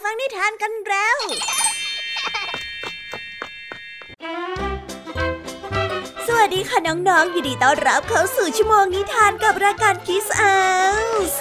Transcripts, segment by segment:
ฟังนิทานกันแล้วสวัสดีค่ะน้องๆยินดีต้อนรับเข้าสู่ชั่วโมงนิทานกับรายการ Kids House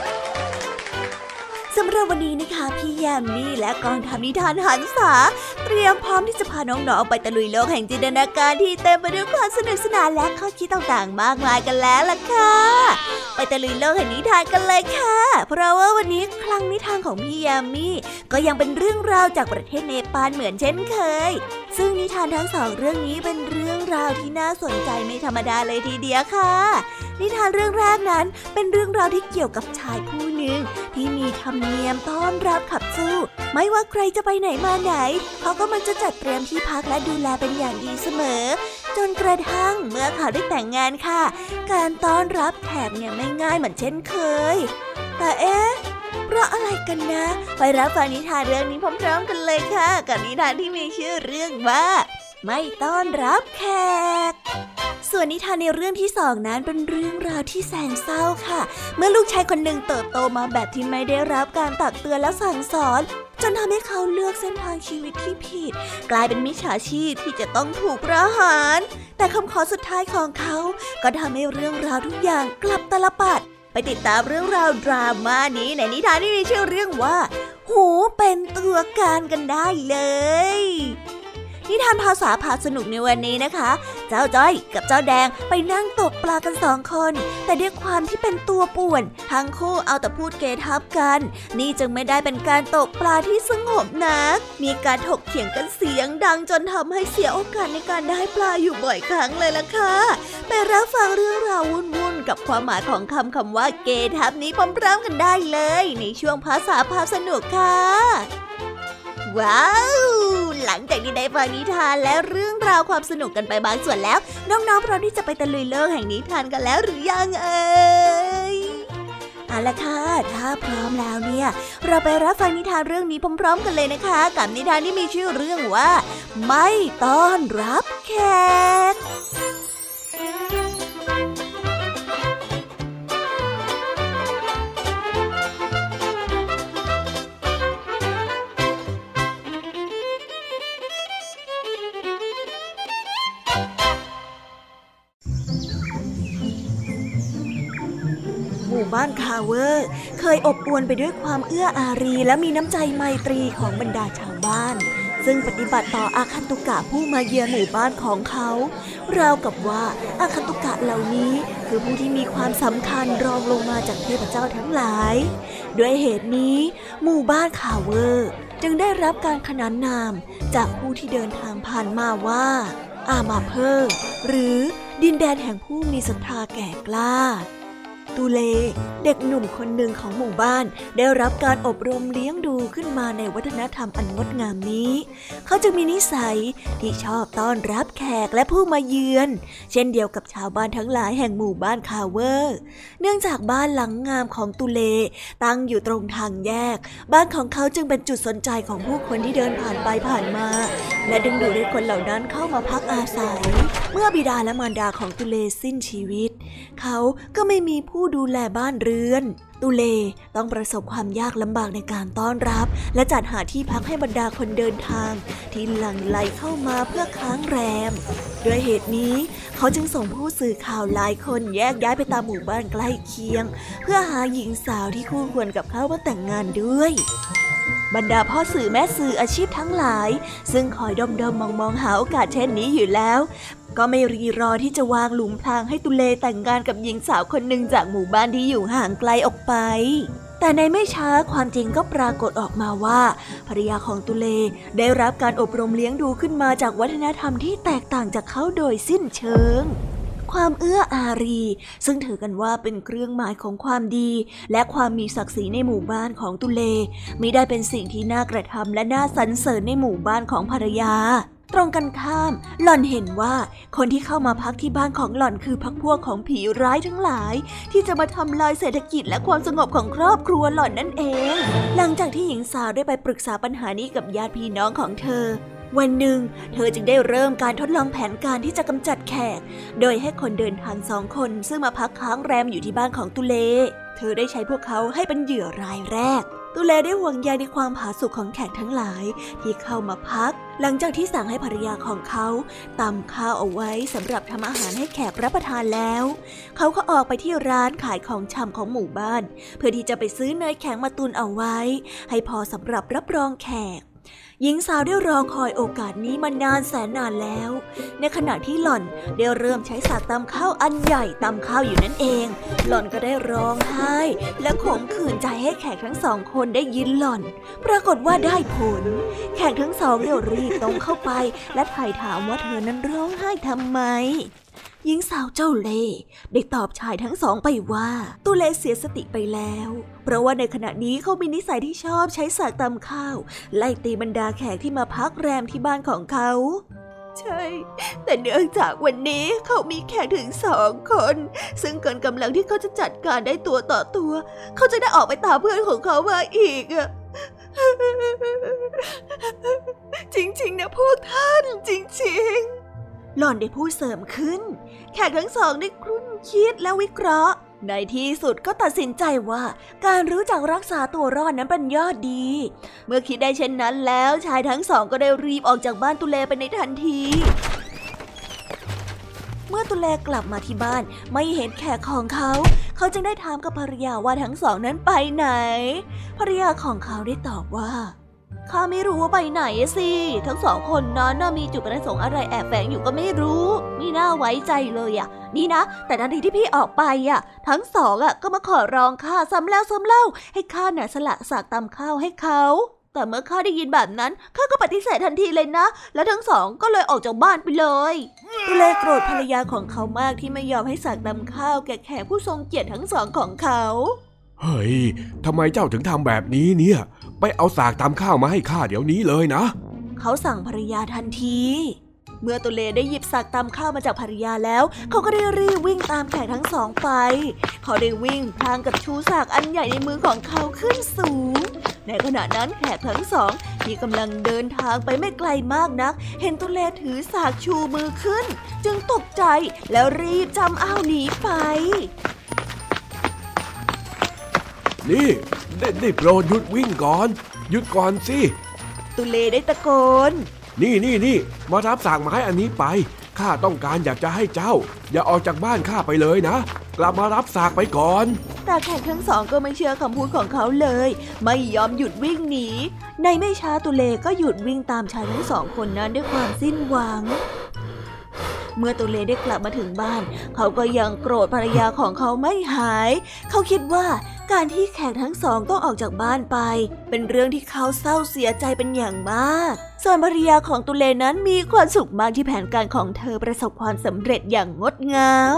สำหรับวันนี้นะคะพี่แยมมี่และกองทัพนิทานหันษาเตรียมพร้อมที่จะพาน้องๆไปตะลุยโลกแห่งจินตนาการที่เต็มไปด้วยความสนุกสนานและข้อคิดต่างๆมากมายกันแล้วล่ะค่ะไปตะลุยโลกแห่งนิทานกันเลยค่ะเพราะว่าวันนี้คลังนิทานของพี่แยมมี่ก็ยังเป็นเรื่องราวจากประเทศเนปาลเหมือนเช่นเคยซึ่งนิทานทั้งสองเรื่องนี้เป็นเรื่องราวที่น่าสนใจไม่ธรรมดาเลยทีเดียวค่ะนิทานเรื่องแรกนั้นเป็นเรื่องราวที่เกี่ยวกับชายผู้หนึ่งที่มีธรรมเนียมต้อนรับขับสู้ไม่ว่าใครจะไปไหนมาไหนเขาก็มักจะจัดเตรียมที่พักและดูแลเป็นอย่างดีเสมอจนกระทั่งเมื่อเขาได้แต่งงานค่ะการต้อนรับแขกเนี่ยไม่ง่ายเหมือนเช่นเคยแต่เพราะอะไรกันนะไปรับฟังนิทานเรื่องนี้พร้อมๆกันเลยค่ะกับนิทานที่มีชื่อเรื่องว่าไม่ต้อนรับแขกส่วนนิทานในเรื่องที่สองนั้นเป็นเรื่องราวที่แสนเศร้าค่ะเมื่อลูกชายคนหนึ่งเติบโตมาแบบที่ไม่ได้รับการตักเตือนและสั่งสอนจนทำให้เขาเลือกเส้นทางชีวิตที่ผิดกลายเป็นมิจฉาชีพที่จะต้องถูกประหารแต่คำขอสุดท้ายของเขาก็ทำให้เรื่องราวทุกอย่างกลับตาลปัดไปติดตามเรื่องราวดราม่านี้ในนิทานที่มีชื่อเรื่องว่าหูเป็นตัวการกันได้เลยนิทานภาษาพาสนุกในวันนี้นะคะเจ้าจ้อยกับเจ้าแดงไปนั่งตกปลากัน2 คนแต่ด้วยความที่เป็นตัวป่วนทั้งคู่เอาแต่พูดเกทับกันนี่จึงไม่ได้เป็นการตกปลาที่สงบนักมีการถกเถียงกันเสียงดังจนทำให้เสียโอกาสในการได้ปลาอยู่บ่อยครั้งเลยล่ะค่ะไปรับฟังเรื่องราววุ่นๆกับความหมายของคำว่าเกทับนี้พร้อมๆกันได้เลยในช่วงภาษาพาสนุกค่ะว้าวหลังจากที่ได้ฟังนิทานและเรื่องราวความสนุกกันไปบางส่วนแล้วน้องๆพร้อมที่จะไปตะลุยโลกแห่งนิทานกันแล้วหรือยังเอ่ยเอาล่ะค่ะถ้าพร้อมแล้วเนี่ยเราไปรับฟังนิทานเรื่องนี้พร้อมๆกันเลยนะคะกับนิทานที่มีชื่อเรื่องว่าไม่ต้อนรับแขกหมู่บ้านคาเวอร์เคยอบอวลไปด้วยความเอื้ออารีและมีน้ำใจไมตรีของบรรดาชาวบ้านซึ่งปฏิบัติต่ออาคันตุกะผู้มาเยือนหมู่บ้านของเขาราวกับว่าอาคันตุกะเหล่านี้คือผู้ที่มีความสำคัญรองลงมาจากเทพเจ้าทั้งหลายด้วยเหตุนี้หมู่บ้านคาเวอร์จึงได้รับการขนานนามจากผู้ที่เดินทางผ่านมาว่าอามาเพอร์หรือดินแดนแห่งผู้มีศรัทธาแก่กล้าตูเลเด็กหนุ่มคนหนึ่งของหมู่บ้านได้รับการอบรมเลี้ยงดูขึ้นมาในวัฒนธรรมอันงดงามนี้เขาจึงมีนิสัยที่ชอบต้อนรับแขกและผู้มาเยือนเช่นเดียวกับชาวบ้านทั้งหลายแห่งหมู่บ้านคาเวอร์เนื่องจากบ้านหลังงามของตูเลตั้งอยู่ตรงทางแยกบ้านของเขาจึงเป็นจุดสนใจของผู้คนที่เดินผ่านไปผ่านมาและดึงดูดให้คนเหล่านั้นเข้ามาพักอาศัยเมื่อบิดาและมารดาของตูเลสิ้นชีวิตเขาก็ไม่มีผู้ดูแลบ้านเรือนตูเลต้องประสบความยากลำบากในการต้อนรับและจัดหาที่พักให้บรรดาคนเดินทางที่หลั่งไหลเข้ามาเพื่อค้างแรมด้วยเหตุนี้เขาจึงส่งผู้สื่อข่าวหลายคนแยกย้ายไปตามหมู่บ้านใกล้เคียงเพื่อหาหญิงสาวที่คู่ควรกับเขามาแต่งงานด้วยบรรดาพ่อสื่อแม่สื่ออาชีพทั้งหลายซึ่งคอยด้อมๆมองหาโอกาสเช่นนี้อยู่แล้วก็ไม่รีรอที่จะวางหลุมพรางให้ตุเลแต่งงานกับหญิงสาวคนหนึ่งจากหมู่บ้านที่อยู่ห่างไกลออกไปแต่ในไม่ช้าความจริงก็ปรากฏออกมาว่าภรรยาของตุเลได้รับการอบรมเลี้ยงดูขึ้นมาจากวัฒนธรรมที่แตกต่างจากเขาโดยสิ้นเชิงความเอื้ออารีซึ่งถือกันว่าเป็นเครื่องหมายของความดีและความมีศักดิ์ศรีในหมู่บ้านของตุเลมิได้เป็นสิ่งที่น่ากระทำและน่าสรรเสริญในหมู่บ้านของภรรยาตรงกันข้ามหล่อนเห็นว่าคนที่เข้ามาพักที่บ้านของหล่อนคือพรรคพวกของผีร้ายทั้งหลายที่จะมาทำลายเศรษฐกิจและความสงบของครอบครัวหล่อนนั่นเองหลังจากที่หญิงสาวได้ไปปรึกษาปัญหานี้กับญาติพี่น้องของเธอวันหนึ่งเธอจึงได้เริ่มการทดลองแผนการที่จะกำจัดแขกโดยให้คนเดินทาง2 คนซึ่งมาพักค้างแรมอยู่ที่บ้านของตุเลเธอได้ใช้พวกเขาให้เป็นเหยื่อรายแรกตุเลได้ห่วงใยในความผาสุกของแขกทั้งหลายที่เข้ามาพักหลังจากที่สั่งให้ภรรยาของเขาตำข้าวเอาไว้สำหรับทำอาหารให้แขกรับประทานแล้วเขาก็ออกไปที่ร้านขายของชำของหมู่บ้านเพื่อที่จะไปซื้อเนยแข็งมาตุนเอาไว้ให้พอสำหรับรับรองแขกหญิงสาวได้รอคอยโอกาสนี้มานานแสนนานแล้วในขณะที่หล่อนได้เริ่มใช้สากตำข้าวอันใหญ่ตำข้าวอยู่นั่นเองหล่อนก็ได้ร้องไห้และขมขื่นใจให้แขกทั้งสองคนได้ยินหล่อนปรากฏว่าได้ผลแขกทั้งสองได้รีบตรงเข้าไปและไถ่ถามว่าเธอนั้นร้องไห้ทำไมหญิงสาวเจ้าเล่ห์ได้ตอบชายทั้งสองไปว่าตุเลเสียสติไปแล้วเพราะว่าในขณะนี้เขามีนิสัยที่ชอบใช้สากตำข้าวไล่ตีบรรดาแขกที่มาพักแรมที่บ้านของเขาใช่แต่เนื่องจากวันนี้เขามีแขกถึง2 คนซึ่งเกินกำลังที่เขาจะจัดการได้ตัวต่อตัวเขาจะได้ออกไปตามเพื่อนของเขามาอีกอะจริงๆนะพวกท่านจริงๆหล่อนได้พูดเสริมขึ้นแขกทั้งสองได้ครุ่นคิดและวิเคราะห์ในที่สุดก็ตัดสินใจว่าการรู้จักรักษาตัวรอดนั้นเป็นยอดดีเมื่อคิดได้เช่นนั้นแล้วชายทั้งสองก็ได้รีบออกจากบ้านตุเลไปในทันทีเมื่อตุเลกลับมาที่บ้านไม่เห็นแขกของเขาจึงได้ถามกับภรรยาว่าทั้งสองนั้นไปไหนภรรยาของเขาได้ตอบว่าข้าไม่รู้ว่าไปไหนสิทั้ง2 คนนั้นมีจุดประสงค์อะไรแอบแฝงอยู่ก็ไม่รู้ไม่น่าไว้ใจเลยอ่ะนี่นะแต่ทันทีที่พี่ออกไปอ่ะทั้งสองก็มาขอร้องข้าซ้ำแล้วซ้ำเล่าให้ข้าสละสากตำข้าวให้เขาแต่เมื่อข้าได้ยินแบบนั้นข้าก็ปฏิเสธทันทีเลยนะแล้วทั้งสองก็เลยออกจากบ้านไปเลยตุเลโกรธภรรยาของเขามากที่ไม่ยอมให้สากตำข้าวแก่แขกผู้ทรงเกียรติทั้งสองของเขาเฮ้ยทำไมเจ้าถึงทำแบบนี้เนี่ยไปเอาสากตำข้าวมาให้ข้าเดี๋ยวนี้เลยนะเขาสั่งภรรยาทันทีเมื่อตุเลได้หยิบสากตำข้าวมาจากภรรยาแล้วเขาก็ได้รีบวิ่งตามแขกทั้งสองไปเขาได้วิ่งพลางกับชูสากอันใหญ่ในมือของเขาขึ้นสูงในขณะนั้นแขกทั้งสองที่กำลังเดินทางไปไม่ไกลมากนักเห็นตุเลถือสากชูมือขึ้นจึงตกใจแล้วรีบจำอ้าวหนีไปนี่ได้โปรดหยุดวิ่งก่อนหยุดก่อนสิตุเลได้ตะโกนนี่มารับสากไม้อันนี้ไปข้าต้องการอยากจะให้เจ้าอย่าออกจากบ้านข้าไปเลยนะกลับมารับสากไปก่อนแต่แขกทั้งสองก็ไม่เชื่อคำพูดของเขาเลยไม่ยอมหยุดวิ่งหนีในไม่ช้าตุเลก็หยุดวิ่งตามชายทั้ง2 คนนั้นด้วยความสิ้นหวังเมื่อตุเลได้กลับมาถึงบ้านเขาก็ยังโกรธภรรยาของเขาไม่หายเขาคิดว่าการที่แขกทั้งสองต้องออกจากบ้านไปเป็นเรื่องที่เขาเศร้าเสียใจเป็นอย่างมากส่วนภรรยาของตุเลนั้นมีความสุขมากที่แผนการของเธอประสบความสำเร็จอย่างงดงาม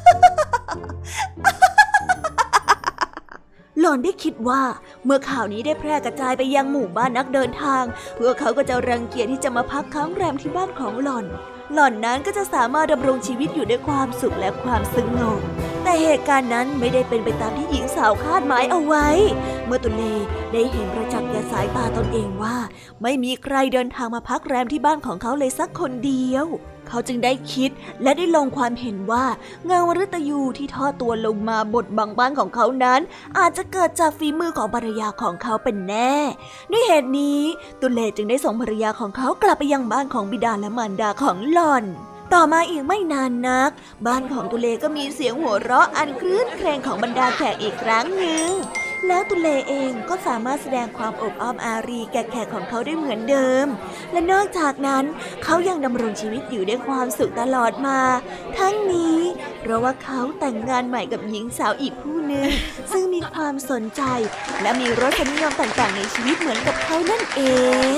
หล่อนได้คิดว่าเมื่อข่าวนี้ได้แพร่กระจายไปยังหมู่บ้านนักเดินทางพวกเขาก็จะรังเกียจที่จะมาพักค้างแรมที่บ้านของหล่อนนั้นก็จะสามารถดำรงชีวิตอยู่ด้วยความสุขและความสงบแต่เหตุการณ์นั้นไม่ได้เป็นไปตามที่หญิงสาวคาดหมายเอาไว้เมื่อตุเลได้เห็นประจักษ์แก่สายตาตนเองว่าไม่มีใครเดินทางมาพักแรมที่บ้านของเขาเลยสักคนเดียวเขาจึงได้คิดและได้ลงความเห็นว่าเงามฤตยูที่ทอดตัวลงมาบดบังบ้านของเขานั้นอาจจะเกิดจากฝีมือของภรรยาของเขาเป็นแน่ด้วยเหตุนี้ตุเลจึงได้ส่งภรรยาของเขากลับไปยังบ้านของบิดาและมารดาของหล่อนต่อมาอีกไม่นานนักบ้านของตุเลก็มีเสียงหัวเราะอันครื้นเครงของบรรดาแขกอีกครั้งหนึ่งแล้วตุเลเองก็สามารถแสดงความอบอ้อมอารีแก่แขกของเขาได้เหมือนเดิมและนอกจากนั้นเขายังดำรงชีวิตอยู่ด้วยความสุขตลอดมาทั้งนี้เพราะว่าเขาแต่งงานใหม่กับหญิงสาวอีกผู้หนึ่งซึ่งมีความสนใจและมีรสนิยมต่างๆในชีวิตเหมือนกับเขานั่นเอง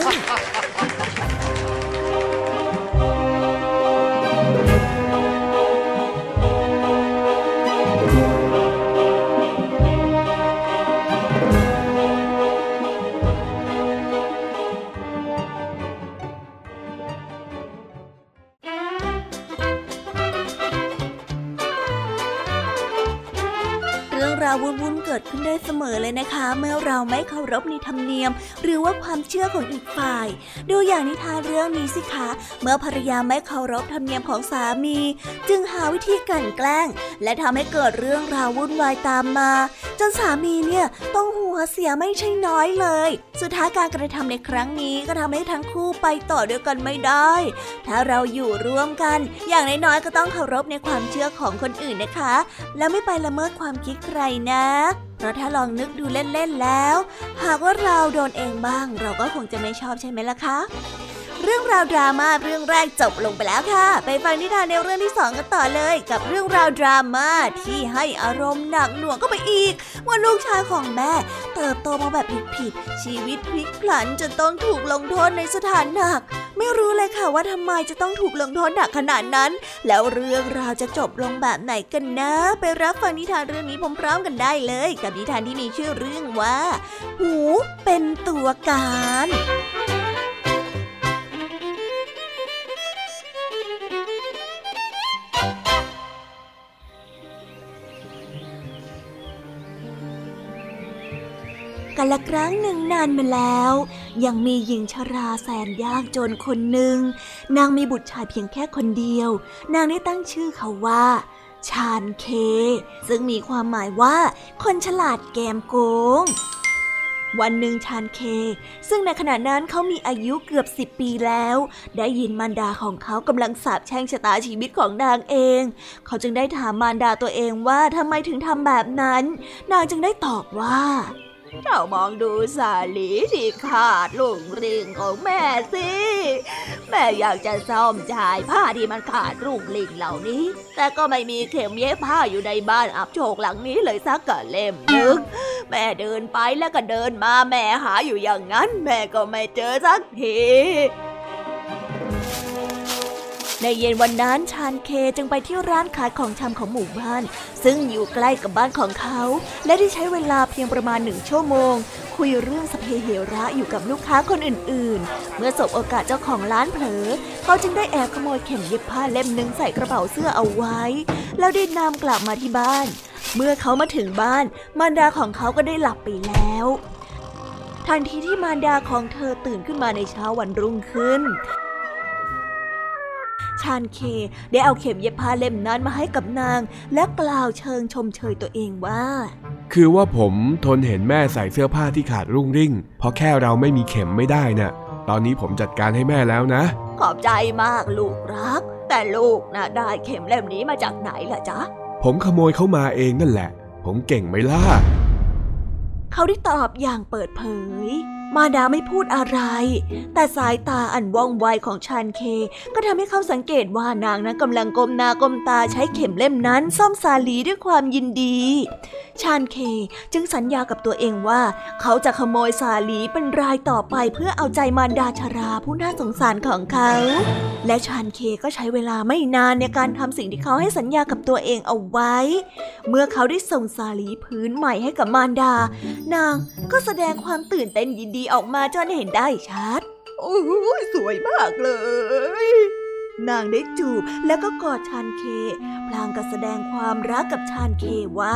วุ่นๆเกิกิดขึ้นได้เสมอเลยนะคะเมื่อเราไม่เคารพในธรรมเนียมหรือว่าความเชื่อของอีกฝ่ายดูอย่างนิทานเรื่องนี้สิคะเมื่อภรรยาไม่เคารพธรรมเนียมของสามีจึงหาวิธีกลั่นแกล้งและทำให้เกิดเรื่องราววุ่นวายตามมาจนสามีเนี่ยต้องหัวเสียไม่ใช่น้อยเลยสุดท้ายการกระทำในครั้งนี้ก็ทำให้ทั้งคู่ไปต่อด้วยกันไม่ได้ถ้าเราอยู่ร่วมกันอย่างน้อยๆก็ต้องเคารพในความเชื่อของคนอื่นนะคะแล้วไม่ไปละเมิดความคิดใครนะเพราะถ้าลองนึกดูเล่นๆแล้วหากว่าเราโดนเองบ้างเราก็คงจะไม่ชอบใช่ไหมล่ะคะเรื่องราวดราม่าเรื่องแรกจบลงไปแล้วค่ะไปฟังนิทานในเรื่องที่2กันต่อเลยกับเรื่องราวดราม่าที่ให้อารมณ์หนักหน่วงเข้าไปอีกว่าลูกชายของแม่เติบโตมาแบบผิดๆชีวิตพลิกผลันจนต้องถูกลงโทษในสถานหนักไม่รู้เลยค่ะว่าทำไมจะต้องถูกลงโทษหนักขนาดนั้นแล้วเรื่องราวจะจบลงแบบไหนกันนะไปรับฟังนิทานเรื่องนี้พร้อมๆกันได้เลยกับนิทานที่มีชื่อเรื่องว่าหูเป็นตัวการกันละครั้งหนึ่งนานมาแล้วยังมีหญิงชราแสนยากจนคนหนึ่งนางมีบุตรชายเพียงแค่คนเดียวนางได้ตั้งชื่อเขาว่าชาญเคซึ่งมีความหมายว่าคนฉลาดแกมโกงวันหนึ่งชาญเคซึ่งในขณะนั้นเขามีอายุเกือบ10 ปีแล้วได้ยินมารดาของเขากำลังสาปแช่งชะตาชีวิตของนางเองเขาจึงได้ถามมารดาตัวเองว่าทำไมถึงทำแบบนั้นนางจึงได้ตอบว่าเจ้ามองดูสาลีที่ขาดรุ่งริ่งของแม่สิแม่อยากจะซ่อมชายผ้าที่มันขาดรุ่งริ่งเหล่านี้แต่ก็ไม่มีเข็มเย็บผ้าอยู่ในบ้านอับโชคหลังนี้เลยสักกะเล่มนึงแม่เดินไปแล้วก็เดินมาแม่หาอยู่อย่างนั้นแม่ก็ไม่เจอสักทีในเย็นวันนั้นชาญเคจึงไปที่ร้านขายของชำของหมู่บ้านซึ่งอยู่ใกล้กับบ้านของเขาและได้ใช้เวลาเพียงประมาณ1 ชั่วโมงคุยเรื่องสพเปเหระอยู่กับลูกค้าคนอื่นๆเมื่อสบโอกาสเจ้าของร้านเผลอเขาจึงได้แอบขโมยเข็มเย็บผ้าเล่มนึงใส่กระเป๋าเสื้อเอาไว้แล้วได้นำกลับมาที่บ้านเมื่อเขามาถึงบ้านมารดาของเขาก็ได้หลับไปแล้วทันทีที่มารดาของเธอตื่นขึ้นมาในเช้าวันรุ่งขึ้นชาญเคได้เอาเข็มเย็บผ้าเล่มนั้นมาให้กับนางและกล่าวเชิงชมเชยตัวเองว่าคือว่าผมทนเห็นแม่ใส่เสื้อผ้าที่ขาดรุ่งริ่งเพราะแค่เราไม่มีเข็มไม่ได้น่ะตอนนี้ผมจัดการให้แม่แล้วนะขอบใจมากลูกรักแต่ลูกน่ะได้เข็มเล่มนี้มาจากไหนล่ะจ๊ะผมขโมยเข้ามาเองนั่นแหละผมเก่งไหมล่ะเขาได้ตอบอย่างเปิดเผยมารดาไม่พูดอะไรแต่สายตาอันว่องไวของชาญเคก็ทำให้เขาสังเกตว่านางนั้นกำลังก้มหน้าก้มตาใช้เข็มเล่มนั้นซ่อมสาลีด้วยความยินดีชาญเคจึงสัญญากับตัวเองว่าเขาจะขโมยสาลีเป็นรายต่อไปเพื่อเอาใจมารดาชราผู้น่าสงสารของเขาและชาญเคก็ใช้เวลาไม่นานในการทำสิ่งที่เขาให้สัญญากับตัวเองเอาไว้เมื่อเขาได้ส่งสาลีพื้นใหม่ให้กับมารดานางก็แสดงความตื่นเต้นยินดีออกมาจนเห็นได้ชัดโอ้ยสวยมากเลยนางได้จูบแล้วก็กอดชาญเคพลางกับแสดงความรักกับชาญเคว่า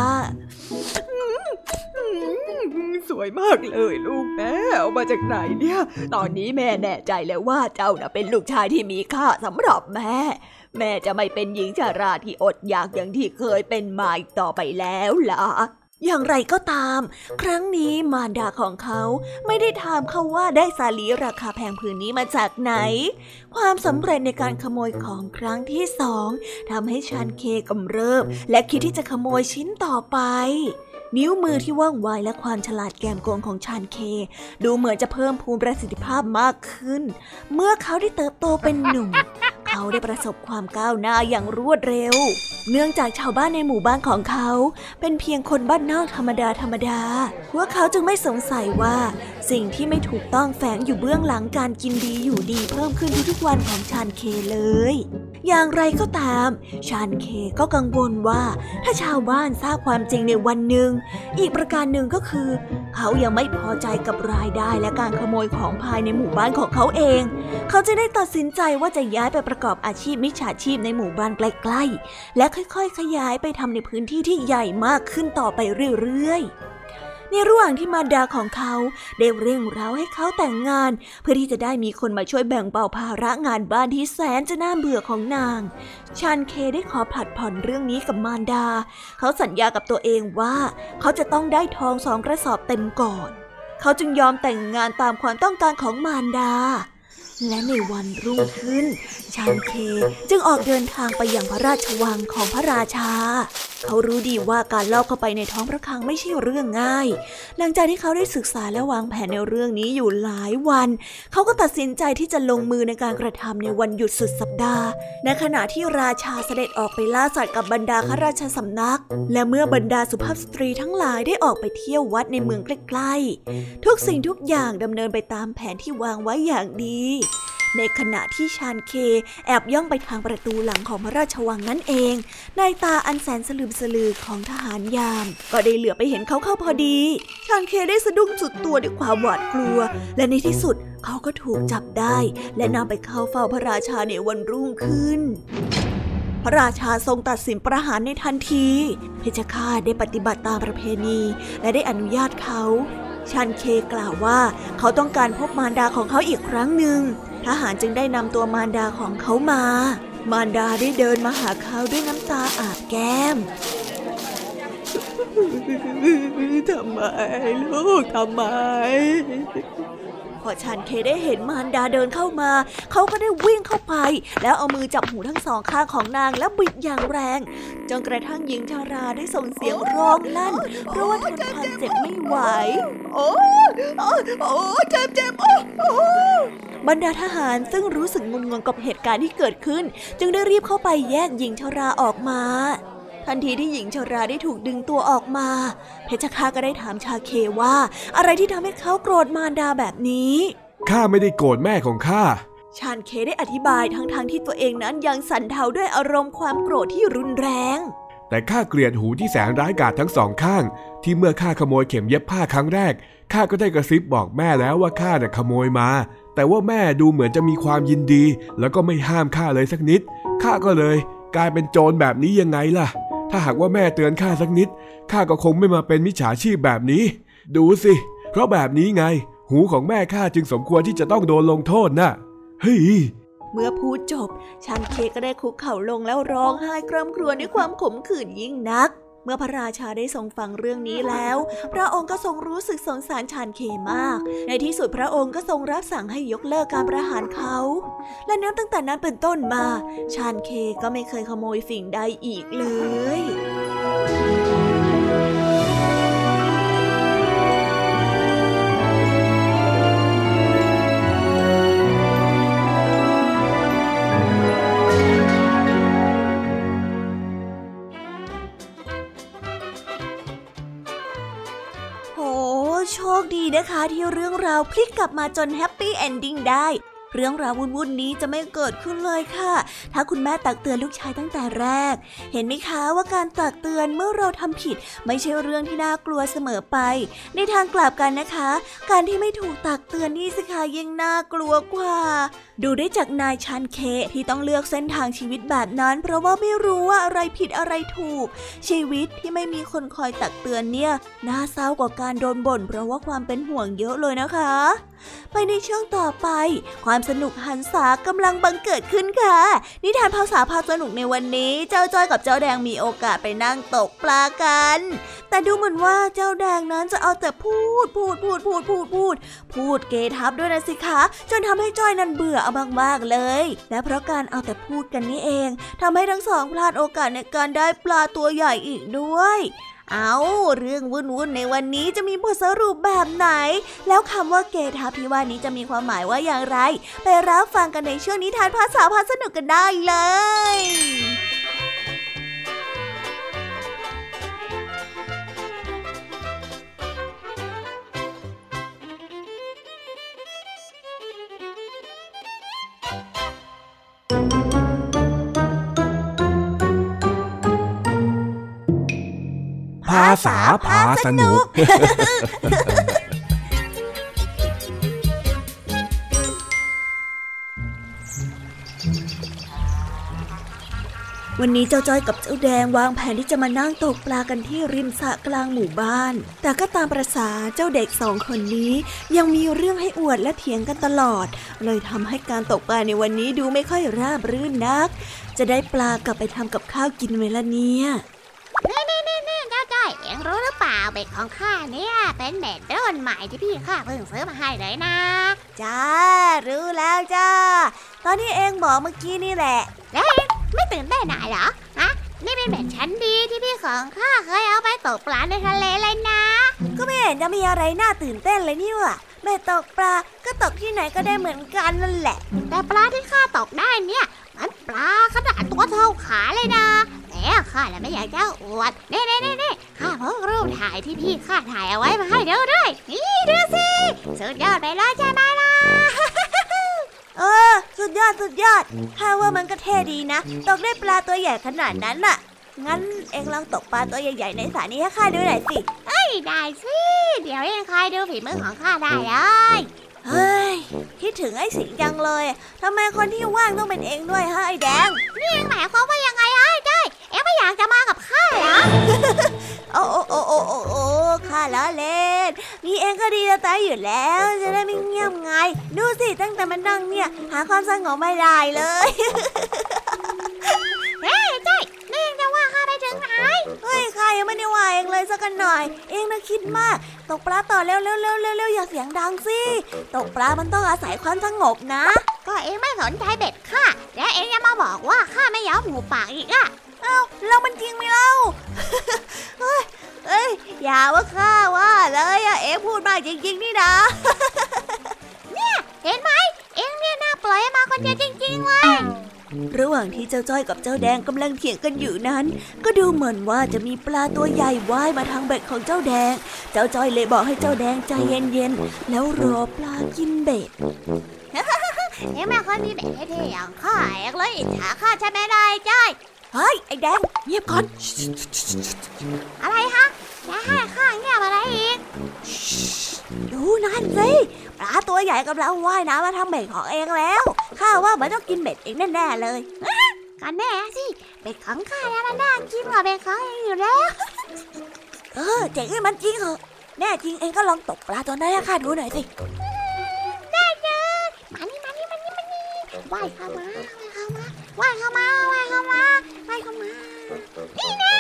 สวยมากเลยลูกแม่เอามาจากไหนเนี่ยตอนนี้แม่แน่ใจแล้วว่าเจ้าน่ะเป็นลูกชายที่มีค่าสำหรับแม่จะไม่เป็นหญิงชราที่อดอยากอย่างที่เคยเป็นมาอีกต่อไปแล้วล่ะอย่างไรก็ตามครั้งนี้มารดาของเขาไม่ได้ถามเขาว่าได้สาลีราคาแพงผืนนี้มาจากไหนความสำเร็จในการขโมยของครั้งที่2ทำให้ชาญเคกำเริบและคิดที่จะขโมยชิ้นต่อไปนิ้วมือที่ว่องไวและความฉลาดแกมโกงของชาญเคดูเหมือนจะเพิ่มพูนประสิทธิภาพมากขึ้นเมื่อเขาได้เติบโตเป็นหนุ่มเขาได้ประสบความก้าวหน้าอย่างรวดเร็วเนื่องจากชาวบ้านในหมู่บ้านของเขาเป็นเพียงคนบ้านนอกธรรมดาพวกเขาจึงไม่สงสัยว่าสิ่งที่ไม่ถูกต้องแฝงอยู่เบื้องหลังการกินดีอยู่ดีเพิ่มขึ้นทุกๆวันของชานเคเลยอย่างไรก็ตามชานเคก็กังวลว่าถ้าชาวบ้านทราบความจริงในวันหนึ่งอีกประการหนึ่งก็คือเขายังไม่พอใจกับรายได้และการขโมยของภายในหมู่บ้านของเขาเองเขาจะได้ตัดสินใจว่าจะย้ายไปประกอบอาชีพมิจฉาชีพในหมู่บ้านใกล้ๆและค่อยๆขยายไปทำในพื้นที่ที่ใหญ่มากขึ้นต่อไปเรื่อยๆในระหว่างที่มารดาของเขาได้เร่งเร้าให้เขาแต่งงานเพื่อที่จะได้มีคนมาช่วยแบ่งเบาภาระงานบ้านที่แสนจะน่าเบื่อของนางชานเคได้ขอผลัดผ่อนเรื่องนี้กับมารดาเขาสัญญากับตัวเองว่าเขาจะต้องได้ทอง2 กระสอบเต็มก่อนเขาจึงยอมแต่งงานตามความต้องการของมารดาและในวันรุ่งขึ้นชานเคจึงออกเดินทางไปยังพระราชวังของพระราชาเขารู้ดีว่าการลอบเข้าไปในท้องพระคลังไม่ใช่เรื่องง่ายหลังจากที่เขาได้ศึกษาและวางแผนในเรื่องนี้อยู่หลายวันเขาก็ตัดสินใจที่จะลงมือในการกระทำในวันหยุดสุดสัปดาห์ในขณะที่ราชาเสด็จออกไปล่าสัตว์กับบรรดาข้าราชสำนักและเมื่อบรรดาสุภาพสตรีทั้งหลายได้ออกไปเที่ยววัดในเมืองใกล้ๆทุกสิ่งทุกอย่างดำเนินไปตามแผนที่วางไว้อย่างดีในขณะที่ชานเคแอบย่องไปทางประตูหลังของพระราชวังนั่นเองในตาอันแสนสลืมสลือของทหารยามก็ได้เหลือบไปเห็นเขาเข้าพอดีชานเคได้สะดุ้งสุดตัวด้วยความหวาดกลัวและในที่สุดเขาก็ถูกจับได้และนำไปเข้าเฝ้าพระราชาในวันรุ่งขึ้นพระราชาทรงตัดสินประหารในทันทีเพชฌฆาตได้ปฏิบัติตามประเพณีและได้อนุญาตเขาชานเคกล่าวว่าเขาต้องการพบมารดาของเขาอีกครั้งหนึ่งทหารจึงได้นำตัวมารดาของเขามามารดาได้เดินมาหาเขาด้วยน้ำตาอาบแก้มทำไมลูกทำไมพอชานเคได้เห็นมารดาเดินเข้ามาเขาก็ได้วิ่งเข้าไปแล้วเอามือจับหูทั้งสองข้างของนางแล้วบิดอย่างแรงจนกระทั่งหญิงชราได้ส่งเสียงร้องลั่นเพราะว่าทนความเจ็บไม่ไหวโอ้เจ็บบรรดาทหารซึ่งรู้สึกงุนงงกับเหตุการณ์ที่เกิดขึ้นจึงได้รีบเข้าไปแยกหญิงชราออกมาทันทีที่หญิงชราได้ถูกดึงตัวออกมาเพชฌฆาตก็ได้ถามชาเคว่าอะไรที่ทำให้เขาโกรธมารดาแบบนี้ข้าไม่ได้โกรธแม่ของข้าชานเคได้อธิบายทั้งที่ตัวเองนั้นยังสั่นเทาด้วยอารมณ์ความโกรธที่รุนแรงแต่ข้าเกลียดหูที่แสนร้ายกาจทั้งสองข้างที่เมื่อข้าขโมยเข็มเย็บผ้าครั้งแรกข้าก็ได้กระซิบบอกแม่แล้วว่าข้าน่ะขโมยมาแต่ว่าแม่ดูเหมือนจะมีความยินดีแล้วก็ไม่ห้ามข้าเลยสักนิดข้าก็เลยกลายเป็นโจรแบบนี้ยังไงล่ะถ้าหากว่าแม่เตือนข้าสักนิดข้าก็คงไม่มาเป็นมิจฉาชีพแบบนี้ดูสิเพราะแบบนี้ไงหูของแม่ข้าจึงสมควรที่จะต้องโดนลงโทษนะเฮ้ยเมื่อพูดจบชานเคก็ได้คุกเข่าลงแล้วร้องไห้คร่ำครวญด้วยความขมขื่นยิ่งนักเมื่อพระราชาได้ทรงฟังเรื่องนี้แล้วพระองค์ก็ทรงรู้สึกสงสารชานเคมากในที่สุดพระองค์ก็ทรงรับสั่งให้ยกเลิกการประหารเขาและนับตั้งแต่นั้นเป็นต้นมาชานเคก็ไม่เคยขโมยสิ่งใดอีกเลยโชคดีนะคะที่เรื่องราวพลิกกลับมาจนแฮปปี้เอนดิ้งได้เรื่องราววุ่นๆนี้จะไม่เกิดขึ้นเลยค่ะถ้าคุณแม่ตักเตือนลูกชายตั้งแต่แรกเห็นไหมคะว่าการตักเตือนเมื่อเราทำผิดไม่ใช่เรื่องที่น่ากลัวเสมอไปในทางกลับกันนะคะการที่ไม่ถูกตักเตือนนี่สิคะยิ่งน่ากลัวกว่าดูได้จากนายชานเคที่ต้องเลือกเส้นทางชีวิตแบบนั้นเพราะว่าไม่รู้ว่าอะไรผิดอะไรถูกชีวิตที่ไม่มีคนคอยตักเตือนเนี่ยน่าเศร้ากว่าการโดนบ่นเพราะว่าความเป็นห่วงเยอะเลยนะคะไปในช่วงต่อไปความสนุกหันษากำลังบังเกิดขึ้นค่ะนิทานภาษาพาสนุกในวันนี้เจ้าจ้อยกับเจ้าแดงมีโอกาสไปนั่งตกปลากันแต่ดูเหมือนว่าเจ้าแดงนั้นจะเอาแต่พูดเกทับด้วยนะสิคะจนทำให้จ้อยนั้นเบื่อเอามากๆเลยและเพราะการเอาแต่พูดกันนี่เองทำให้ทั้งสองพลาดโอกาสในการได้ปลาตัวใหญ่อีกด้วยเรื่องวุ่นในวันนี้จะมีบทสรุปแบบไหนแล้วคำว่าเกทับที่ว่านี้จะมีความหมายว่าอย่างไรไปรับฟังกันในช่วงนิทานภาษาพาสนุกกันได้เลยาษาพาสนุกวันนี้เจ้าจ้อยกับเจ้าแดงวางแผนที่จะมานั่งตกปลากันที่ริมสระกลางหมู่บ้านแต่ก็ตามประสาเจ้าเด็ก2 คนนี้ยังมีเรื่องให้อวดและเถียงกันตลอดเลยทำให้การตกปลาในวันนี้ดูไม่ค่อยราบรื่นนักจะได้ปลากลับไปทำกับข้าวกินไหมล่ะเนี่ยนี่เจ้าจ้อยเอ็งรู้หรือเปล่าเบ็ดของข้าเนี่ยเป็นเบ็ดรุ่นใหม่ที่พี่ข้าเพิ่งซื้อมาให้เลยนะจ้ารู้แล้วจ้าตอนที่เอ็งบอกเมื่อกี้นี่แหละแล้วเอ็งไม่ตื่นเต้นหน่อยเหรอฮะนี่เป็นเบ็ดชั้นดีที่พี่ของข้าเคยเอาไปตกปลาในทะเลเลยนะก็ไม่เห็นจะมีอะไรน่าตื่นเต้นเลยนี่ว่ะเบ็ดตกปลาก็ตกที่ไหนก็ได้เหมือนกันนั่นแหละแต่ปลาที่ข้าตกได้เนี่ยมันปลาขนาดตัวเท่าขาเลยนะแต่ข้าน่ะไม่อยากจะอวดนี่ข้าพกรูปถ่ายที่พี่ข้าถ่ายเอาไว้มาให้ดูด้วยนี่ดูสิสุดยอดไปเลยใช่ไหมล่ะสุดยอดข้าว่ามันก็เท่ดีนะตกได้ปลาตัวใหญ่ขนาดนั้นน่ะงั้นเอ็งลองตกปลาตัวใหญ่ๆในสระนี้ให้ข้าดูหน่อยสิได้สิเดี๋ยวเอ็งคอยดูฝีมือของข้าได้เลยเฮ้ยคิดถึงไอ้สิงจังเลยทำไมคนที่ว่างต้องเป็นเองด้วยฮะไอ้แดงนี่เอ็งหมายความว่ายังไงไอ้จ้อยเอ็งไม่อยากจะมากับข้าเหรอโอ้ข้าล้อเล่นมีเองก็ดีจะตายอยู่แล้วจะได้ไม่เงียบไงดูสิตั้งแต่มันนั่งเนี่ยหาความสงบไม่ได้เลยเฮ้ยจ้อยนี่เอ็งจะว่าข้าไปถึงไหนเฮ้ยข้ายังไม่ได้ว่าเองเลยสักหน่อยเองน่ะคิดมากตกปลาต่อเร็วอย่าเสียงดังสิตกปลามันต้องอาศัยความสงบนะก็เองไม่สนใจเบ็ดข้าแล้วเองยังมาบอกว่าข้าไม่ยอมหูปากอีกอะแล้วมันจริงไหมเล่าเฮ้ยอย่าว่าข้าว่าเลยอะเอ็งพูดมากจริงๆนี่นะเนี่ยเห็นไหมเอ็งเนี่ยน่าปล่อยมาคนเดียวจริงๆเลยระหว่างที่เจ้าจ้อยกับเจ้าแดงกำลังเถียงกันอยู่นั้นก็ดูเหมือนว่าจะมีปลาตัวใหญ่ว่ายมาทางเบ็ดของเจ้าแดงเจ้าจ้อยเลยบอกให้เจ้าแดงใจเย็นๆแล้วรอปลากินเบ็ดเอ็งไม่ค่อยมีเบ็ดเท่ๆอย่างข้าเอ็งเลยอิจฉาข้าใช่ไหมได้จ้อยเฮ้ยไอ้แดงเงียบก่อนอะไรฮะจะให้ข้าเงียบอะไรอีกดูนั่นสิปลาตัวใหญ่กำลังว่ายน้ำมาทางเบ็ดของเองแล้วข้าว่ามันต้องกินเบ็ดเองแน่ๆเลยกันแน่สิเบ็ดของข้าแล้วมันน่ากินกว่าเบ็ดของเองอยู่แล้วเจ๋งให้มันจริงเหรอแน่จริงเองก็ลองตกปลาตัวนั้นให้ข้าดูหน่อยสิได้เลยมานี่ว่ายเข้ามานี่แน่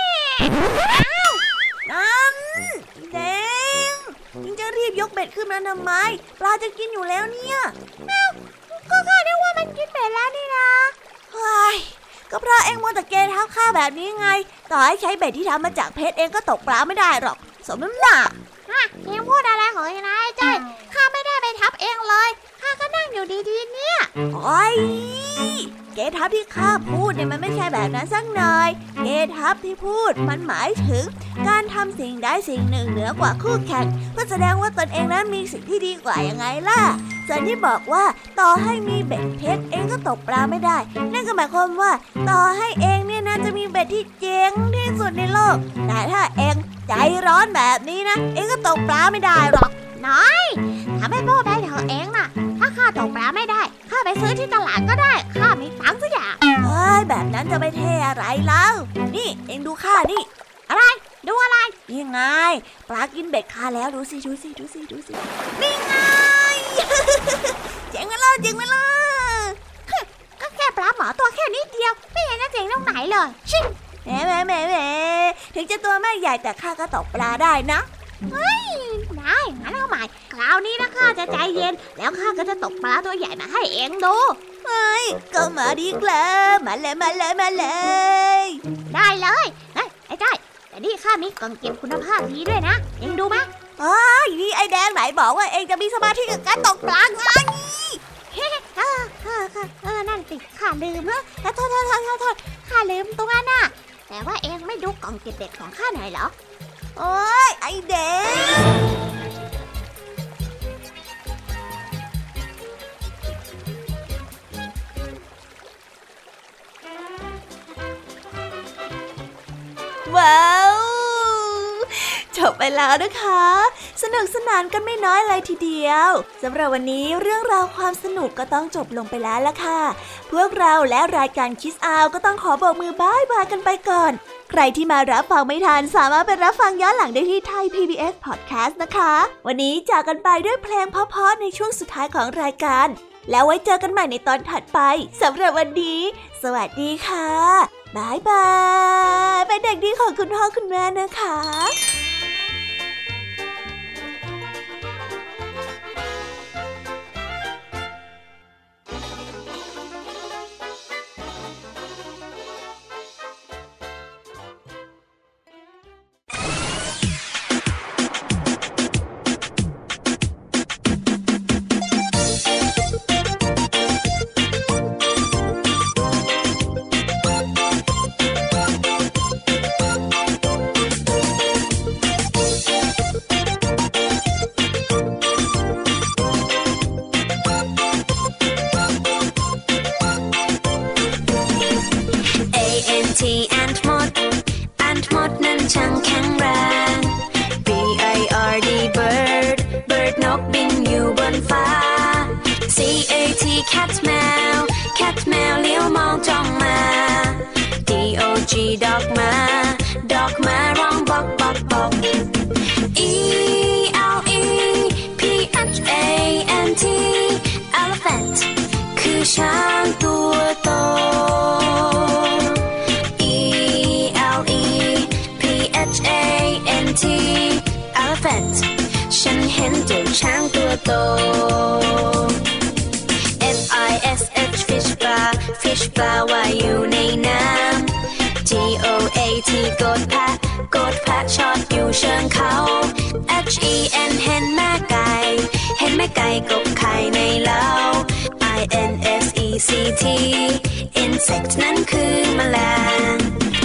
นั่นแดงยังจะรีบยกเบ็ดขึ้นมาทำไมปลาจะกินอยู่แล้วเนี่ยก็ข้าได้ว่ามันกินเบ็ดแล้วนี่นะเฮ้ยก็เพราะเอ็งมัวแต่เกทับข้าแบบนี้ไงต่อให้ใช้เบ็ดที่ทำมาจากเพชรเองก็ตกปลาไม่ได้หรอกสมน้ำหนักเอ็งพูดอะไรของเอ็งนะไอ้จ้อยข้าไม่ได้ไปทับเอ็งเลยข้าก็นั่งอยู่ดีๆเนี่ยโอ้ยเกทับที่ข้าพูดเนี่ยมันไม่ใช่แบบนั้นสักหน่อยเกทับที่พูดมันหมายถึงการทำสิ่งใดสิ่งหนึ่งเหนือกว่าคู่แข่งเพื่อแสดงว่าตนเองนั้นมีสิ่งที่ดีกว่ายังไงล่ะส่วนที่บอกว่าต่อให้มีเบ็ดเพชรเองก็ตกปลาไม่ได้นั่นก็หมายความว่าต่อให้เองเนี่ยนะจะมีเบ็ดที่เจ๋งที่สุดในโลกแต่ถ้าเองใจร้อนแบบนี้นะเองก็ตกปลาไม่ได้หรอกน้อยทำให้พูดได้เถอะเองน่ะถ้าข้าตกปลาไม่ได้ข้าไปซื้อที่ตลาดก็ได้ข้ามีตังค์สักอย่างแบบนั้นจะไม่เท่อะไรแล้วนี่เองดูข้านี่อะไรดูอะไรนี่ไงปลากินเบ็ดข้าแล้วดูสินี่ไงเจ๋งไหมล่ะก็แค่ปลาหมอตัวแค่นิดเดียวไม่เห็นจะเจ๋งตรงไหนเลยชิงแหมถึงจะตัวไม่ใหญ่แต่ข้าก็ตกปลาได้นะเฮ้ยได้งั้นเอาใหม่คราวนี้นะข้าจะใจเย็นแล้วข้าก็จะตกปลาตัวใหญ่มาให้เองดูเฮ้ยก็มาดีครับมาเลยได้เลยไอ้จ้อยแต่นี่ข้ามีกล่องเก็บคุณภาพดีด้วยนะเองดูมั้ยนี่ไอ้แดงไหนบอกว่าเองจะมีสมาธิกับการตกปลาไงนั่นสิข้าลืมโทษข้าลืมตัวน่ะแต่ว่าเองไม่ดูกล่องเก็บเบ็ดของข้าหน่อยเหรอโอ๊ยไอ้เด็กว้าวจบไปแล้วนะคะสนุกสนานกันไม่น้อยเลยทีเดียวสำหรับวันนี้เรื่องราวความสนุกก็ต้องจบลงไปแล้วล่ะค่ะพวกเราและรายการ Kids Out ก็ต้องขอบอกมือบ๊ายบายกันไปก่อนใครที่มารับฟังไม่ทันสามารถไปรับฟังย้อนหลังได้ที่ไทย PBS Podcast นะคะวันนี้จากกันไปด้วยเพลงเพราะๆในช่วงสุดท้ายของรายการแล้วไว้เจอกันใหม่ในตอนถัดไปสำหรับวันนี้สวัสดีค่ะบ๊ายบายเป็นเด็กดีของคุณพ่อคุณแม่นะคะดอกมาร้องบอกบอกบอก E-L-E-P-H-A-N-T Elephant คือช้างตัวโต E-L-E-P-H-A-N-T Elephant ฉันเห็นเจ้าช้างตัวโต F-I-S-H Fish ปลาว่ายอยู่ในน้ำG-O-A-T โกดแพะชอดอยู่เชิงเขา H-E-N เห็นแม่ไก่กบไข่ในเล้า I-N-S-E-C-T insect นั้นคือแมลง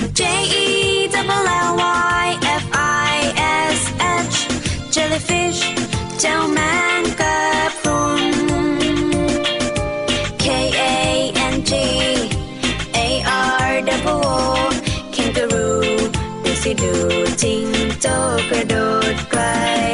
J-E-L-L-Y F-I-S-H jellyfish เจ้าแมงกะพรุน K-A-N-G A-R-O-O kangaroo ดูสิดูจิงโจ้กระโดดไกล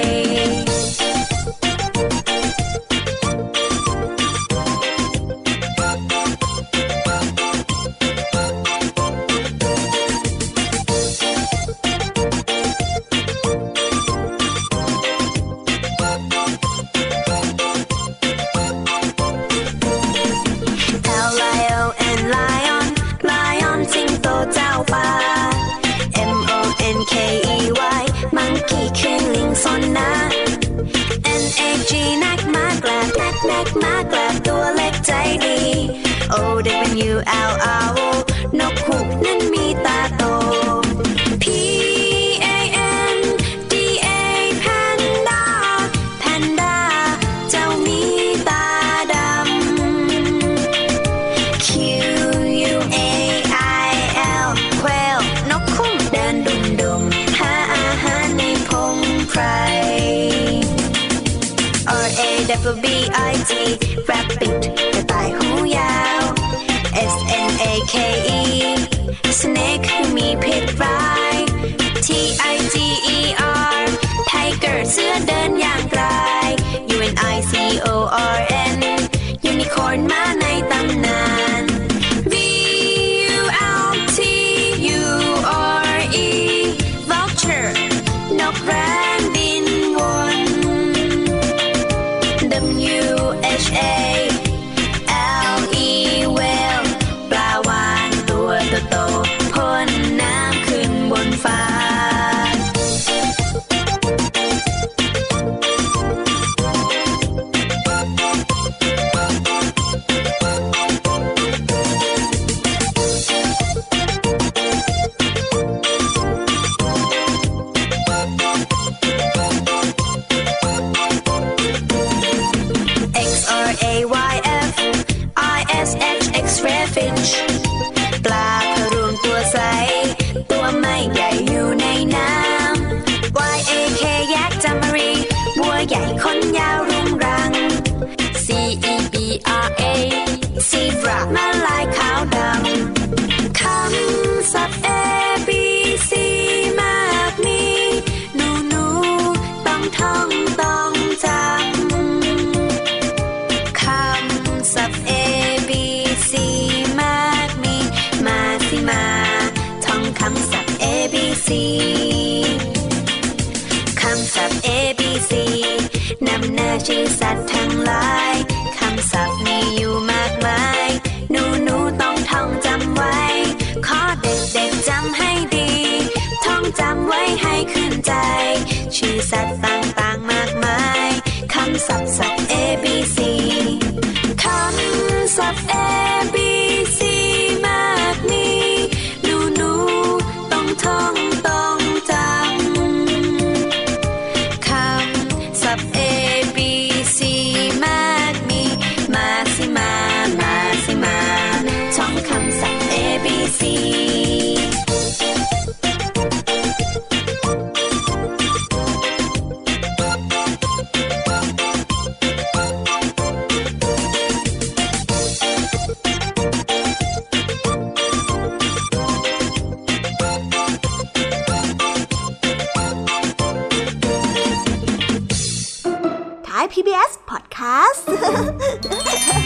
O-W-L-R-O นกฮูกนั้นมีตาโต P-A-N-D-A Panda เจ้ามีตาดำ Q-U-A-I-L Quail นกคุ้มเดินดุ่มๆหาอาหารในพงไพร R-A-W-B-I-T Rabbit กระต่ายหูยาว S-N-A-K-E Snake มีพิษร้าย T-I-G-E-R Tiger เสือเดินอย่างไกล U-N-I-C-O-R-N Unicorn ม้าในตำนาน V-U-L-T-U-R-E Vulture นกแร้งบินวน W-H-A-L-E Whale ปลาวาฬตัวโตๆพ่นน้ำขึ้นบนฟ้าX-R-A-Y-F-I-S-H X-ray fish ปลาพะรูนตัวใสตัวไม่ใหญ่อยู่ในน้ำ Y-A-K ยักษ์จามรีบัวใหญ่ขนยาวรุงรัง C-E-B-R-A Zebra แม่ลายขาวดำคำศัพท์ A-B-C มากมีหนู G Z ทั้งหลายคำศัพท์มีอยู่มากมายหนูต้องท่องจำไว้ขอเด็กๆจำให้ดีท่องจำไว้ให้ขึ้นใจชื่อสัตว์ต่างๆมากมายคำศัพท์ A B C คำศัพท์ A B C มากมีหนูต้องท่องต้องจำคำศัพท์ A B C มากมีมาสิมาท่องคำศัพท์ A B C Thai PBS Podcast